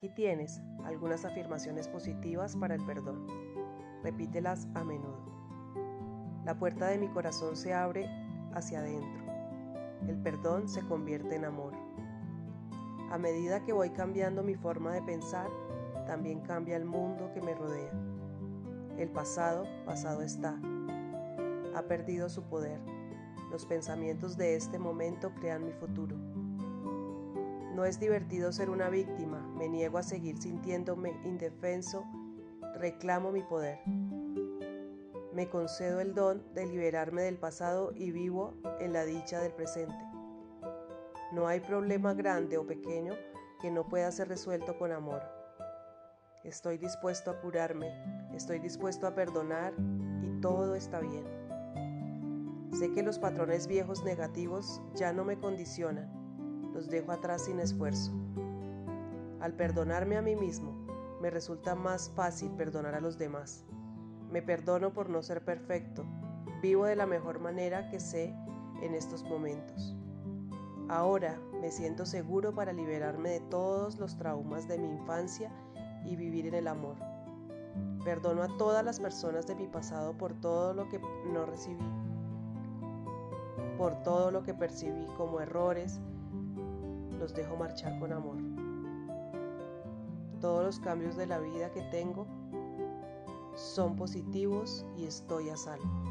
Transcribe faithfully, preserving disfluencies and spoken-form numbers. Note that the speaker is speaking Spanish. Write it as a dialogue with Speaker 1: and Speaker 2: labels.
Speaker 1: Aquí tienes algunas afirmaciones positivas para el perdón. Repítelas a menudo. La puerta de mi corazón se abre hacia adentro. El perdón se convierte en amor. A medida que voy cambiando mi forma de pensar, también cambia el mundo que me rodea. El pasado, pasado está. Ha perdido su poder. Los pensamientos de este momento crean mi futuro. No es divertido ser una víctima, me niego a seguir sintiéndome indefenso, reclamo mi poder. Me concedo el don de liberarme del pasado y vivo en la dicha del presente. No hay problema grande o pequeño que no pueda ser resuelto con amor. Estoy dispuesto a curarme, estoy dispuesto a perdonar y todo está bien. Sé que los patrones viejos negativos ya no me condicionan. Los dejo atrás sin esfuerzo. Al perdonarme a mí mismo, me resulta más fácil perdonar a los demás. Me perdono por no ser perfecto. Vivo de la mejor manera que sé en estos momentos. Ahora me siento seguro para liberarme de todos los traumas de mi infancia y vivir en el amor. Perdono a todas las personas de mi pasado por todo lo que no recibí, por todo lo que percibí como errores. Los dejo marchar con amor. Todos los cambios de la vida que tengo son positivos y estoy a salvo.